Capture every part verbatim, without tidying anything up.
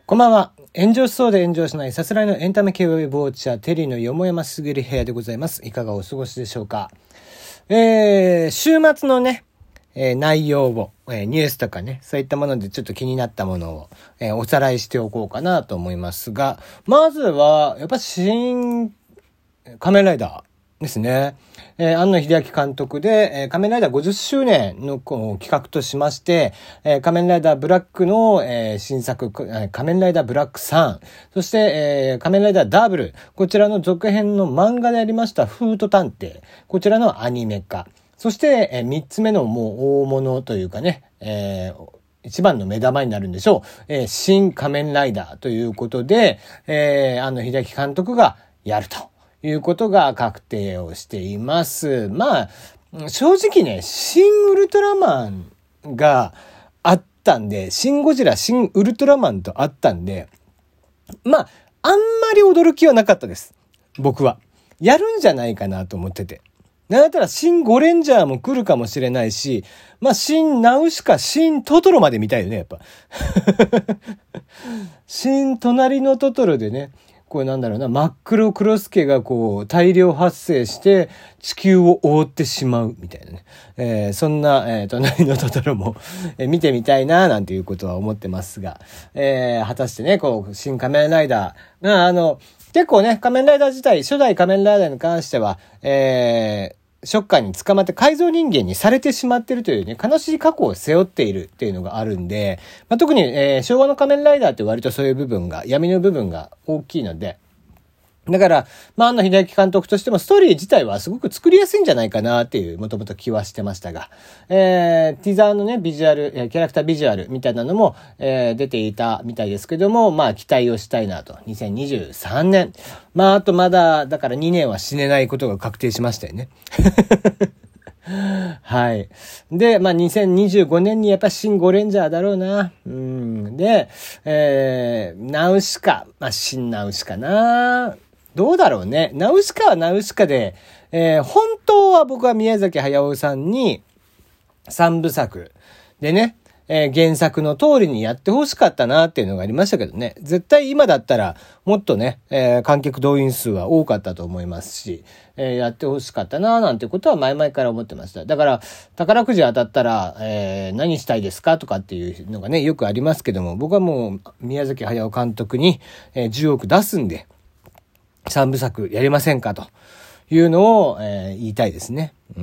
こんばんは。炎上しそうで炎上しないさすらいのエンタメ系ウェブウォッチャーテリーのよもやますぐり部屋でございます。いかがお過ごしでしょうか。えー、週末のね、えー、内容を、えー、ニュースとかね、そういったものでちょっと気になったものを、えー、おさらいしておこうかなと思いますが、まずは、やっぱ新仮面ライダーですね。えー、庵野秀明監督で、えー、仮面ライダーごじゅっしゅうねんの企画としまして、えー、仮面ライダーブラックの、えー、新作、えー、仮面ライダーブラックさん、そして、えー、仮面ライダーダブル、こちらの続編の漫画でありましたフート探偵、こちらのアニメ化、そして、えー、みっつめのもう大物というかね、えー一番の目玉になるんでしょう。えー、新仮面ライダーということで、えー、庵野秀明監督がやるということが確定をしています。まあ、正直ね、新ウルトラマンがあったんで、新ゴジラ、新ウルトラマンとあったんで、まあ、あんまり驚きはなかったです。僕は。やるんじゃないかなと思ってて。なんだったら新ゴレンジャーも来るかもしれないし、まあ新ナウシカ、新トトロまで見たいよね、やっぱ。新隣のトトロでね、これなんだろうな、真っ黒クロスケがこう大量発生して地球を覆ってしまうみたいなね。えー、そんな、えー、隣のトトロも、えー、見てみたいななんていうことは思ってますが、えー、果たしてね、こう、新仮面ライダーが、あの、結構ね、仮面ライダー自体、初代仮面ライダーに関しては、えー、ショッカーに捕まって改造人間にされてしまっているというね、悲しい過去を背負っているっていうのがあるんで、まあ、特に、えー、昭和の仮面ライダーって割とそういう部分が、闇の部分が大きいので、だから、まあ、庵野秀明監督としてもストーリー自体はすごく作りやすいんじゃないかなっていう、もともと気はしてましたが、えー、ティザーのね、ビジュアル、えー、キャラクタービジュアルみたいなのも、えー、出ていたみたいですけども、まあ、期待をしたいなと。にせんにじゅうさんねん。まあ、あとまだ、だからにねんは死ねないことが確定しましたよね。はい。で、まあ、にせんにじゅうごねんにやっぱ新ゴレンジャーだろうな。うん。で、えー、ナウシカ。まあ、新ナウシカな。どうだろうね。ナウシカはナウシカで、えー、本当は僕は宮崎駿さんに三部作でね、えー、原作の通りにやってほしかったなっていうのがありましたけどね。絶対今だったらもっとね、えー、観客動員数は多かったと思いますし、えー、やってほしかったななんてことは前々から思ってました。だから宝くじ当たったら、えー、何したいですかとかっていうのがね、よくありますけども、僕はもう宮崎駿監督に、えー、じゅうおく出すんで、三部作やりませんかというのを、えー、言いたいですね。うん。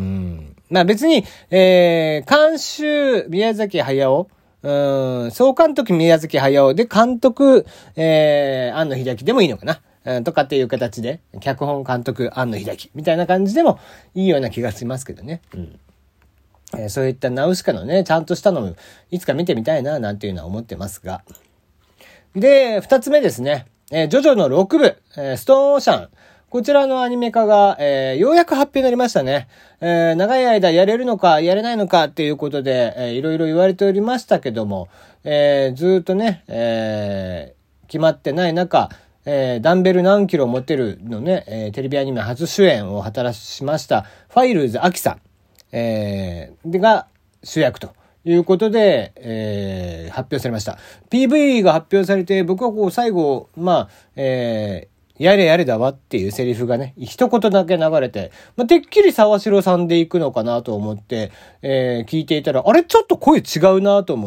まあ別に、えー、監修宮崎駿、うん、総監督宮崎駿で監督、えー、庵野秀明でもいいのかな、うん、とかっていう形で、脚本監督庵野秀明みたいな感じでもいいような気がしますけどね。うん。えー、そういったナウシカのね、ちゃんとしたのをいつか見てみたいな、なんていうのは思ってますが。で、二つ目ですね。えー、ジョジョのろくぶ、えー、ストーンオーシャン。こちらのアニメ化が、えー、ようやく発表になりましたね。えー、長い間やれるのか、やれないのかっていうことで、えー、いろいろ言われておりましたけども、えー、ずーっとね、えー、決まってない中、えー、ダンベル何キロ持てるのね、えー、テレビアニメ初主演を果たしました、ファイルズ・アキさん、えー、が主役と。いうことで、えー、発表されました。ピーブイ が発表されて、僕はこう最後、まあ、えー、やれやれだわっていうセリフがね、一言だけ流れて、まあ、てっきり沢城さんで行くのかなと思って、えー、聞いていたら、あれちょっと声違うなと思って、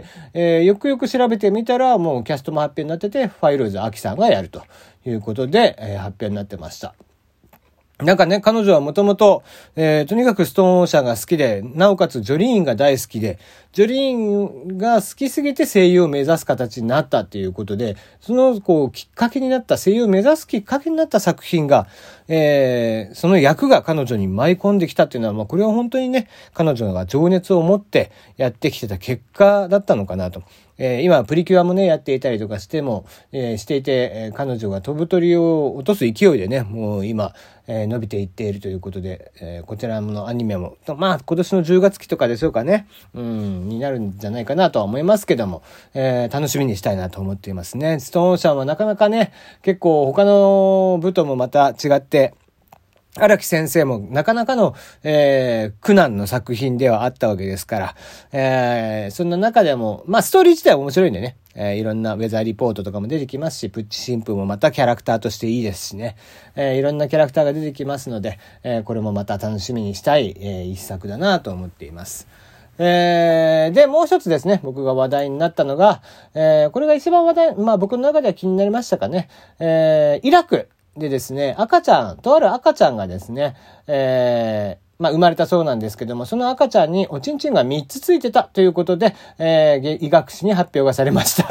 えー、よくよく調べてみたら、もうキャストも発表になってて、ファイルズ・アキさんがやるということで、えー、発表になってました。なんかね、彼女はもともと、えー、とにかくストーンオーシャンが好きで、なおかつジョリーンが大好きで、ジョリーンが好きすぎて声優を目指す形になったっていうことで、その、こう、きっかけになった、声優を目指すきっかけになった作品が、えー、その役が彼女に舞い込んできたっていうのは、まあ、これは本当にね、彼女が情熱を持ってやってきてた結果だったのかなと。えー、今、プリキュアもね、やっていたりとかしても、えー、していて、えー、彼女が飛ぶ鳥を落とす勢いでね、もう今、えー、伸びていっているということで、えー、こちらのアニメも、まあ、今年のじゅうがつ期とかでしょうかね、うん、になるんじゃないかなとは思いますけども、えー、楽しみにしたいなと思っていますね。ストーンオーシャンはなかなかね、結構他の部ともまた違って、 荒木先生もなかなかの、えー、苦難の作品ではあったわけですから、えー、そんな中でも、まあ、ストーリー自体は面白いんでね、えー、いろんなウェザーリポートとかも出てきますし、プッチ神父もまたキャラクターとしていいですしね、えー、いろんなキャラクターが出てきますので、えー、これもまた楽しみにしたい、えー、一作だなと思っています。えー、で、もう一つですね、僕が話題になったのが、えー、これが一番話題、まあ僕の中では気になりましたかね、えー、イラク。でですね、赤ちゃん、とある赤ちゃんがですね、えー、まあ生まれたそうなんですけども、その赤ちゃんにおちんちんがみっつついてたということで、えー、医学誌に発表がされました。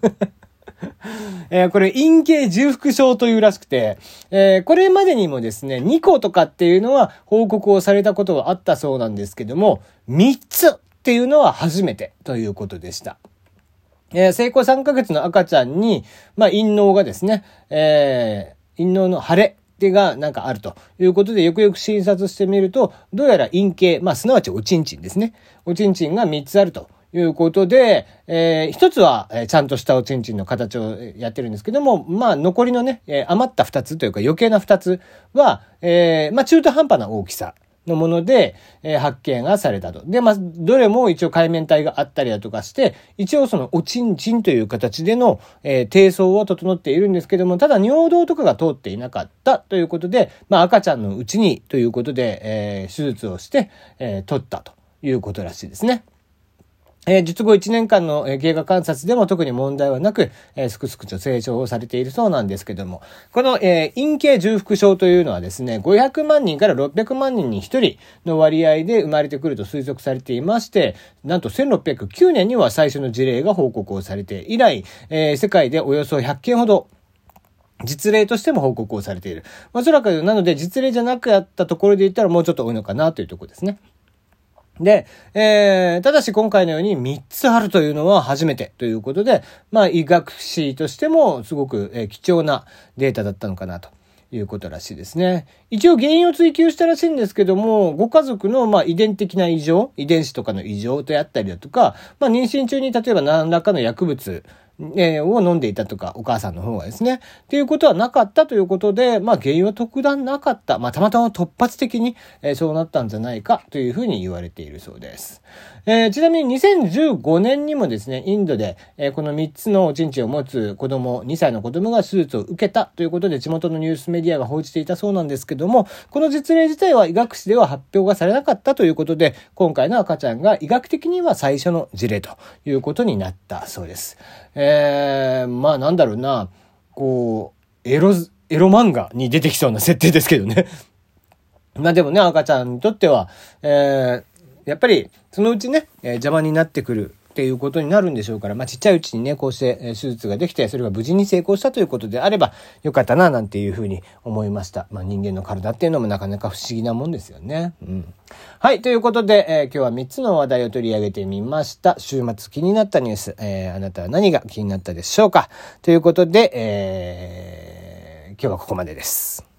えー、これ、陰茎重複症というらしくて、えー、これまでにもですね、にことかっていうのは報告をされたことがあったそうなんですけども、みっつっていうのは初めてということでした。えー、生後さんかげつの赤ちゃんに、まあ、陰嚢がですね、えー、陰嚢の腫れってがなんかあるということで、よくよく診察してみると、どうやら陰茎、まあ、すなわちおちんちんですね。おちんちんがみっつあるということで、えー、一つは、えー、ちゃんとしたおちんちんの形をやってるんですけども、まあ、残りのね、えー、余った二つというか余計な二つは、えー、まあ、中途半端な大きさのもので、えー、発見がされたと。で、まあ、どれも一応海綿体があったりだとかして、一応そのおちんちんという形での、えー、低層は整っているんですけども、ただ尿道とかが通っていなかったということで、まあ、赤ちゃんのうちにということで、えー、手術をして、えー、取ったということらしいですね。えー、術後いちねんかんの、えー、経過観察でも特に問題はなく、えー、すくすくと成長をされているそうなんですけども、この、えー、陰茎重複症というのはですね、ごひゃくまんにんからろっぴゃくまんにんにひとりの割合で生まれてくると推測されていまして、なんとせんろっぴゃくきゅうねんには最初の事例が報告をされて以来、えー、世界でおよそひゃっけんほど実例としても報告をされている。おそらくなので実例じゃなくあったところで言ったらもうちょっと多いのかなというところですね。で、えー、ただし今回のようにみっつあるというのは初めてということで、まあ医学誌としてもすごく、えー、貴重なデータだったのかなということらしいですね。一応原因を追求したらしいんですけども、ご家族のまあ遺伝的な異常、遺伝子とかの異常であったりだとか、まあ妊娠中に例えば何らかの薬物、えー、を飲んでいたとか、お母さんの方がですね。っていうことはなかったということで、まあ原因は特段なかった。まあたまたま突発的に、えー、そうなったんじゃないかというふうに言われているそうです。えー、ちなみににせんじゅうごねんにもですね、インドで、えー、このみっつのおちんちんを持つ子供、にさいの子供が手術を受けたということで地元のニュースメディアが報じていたそうなんですけども、この実例自体は医学誌では発表がされなかったということで、今回の赤ちゃんが医学的には最初の事例ということになったそうです。えー、まあなんだろうな、こう、エロ、エロ漫画に出てきそうな設定ですけどね。まあでもね、赤ちゃんにとっては、えー、やっぱりそのうちね、えー、邪魔になってくるっていうことになるんでしょうから、まあちっちゃいうちにね、こうして手術ができて、それが無事に成功したということであればよかったな、なんていうふうに思いました。まあ人間の体っていうのもなかなか不思議なもんですよね。うん。はい、ということで、えー、今日はみっつの話題を取り上げてみました。週末気になったニュース、えー、あなたは何が気になったでしょうかということで、えー、今日はここまでです。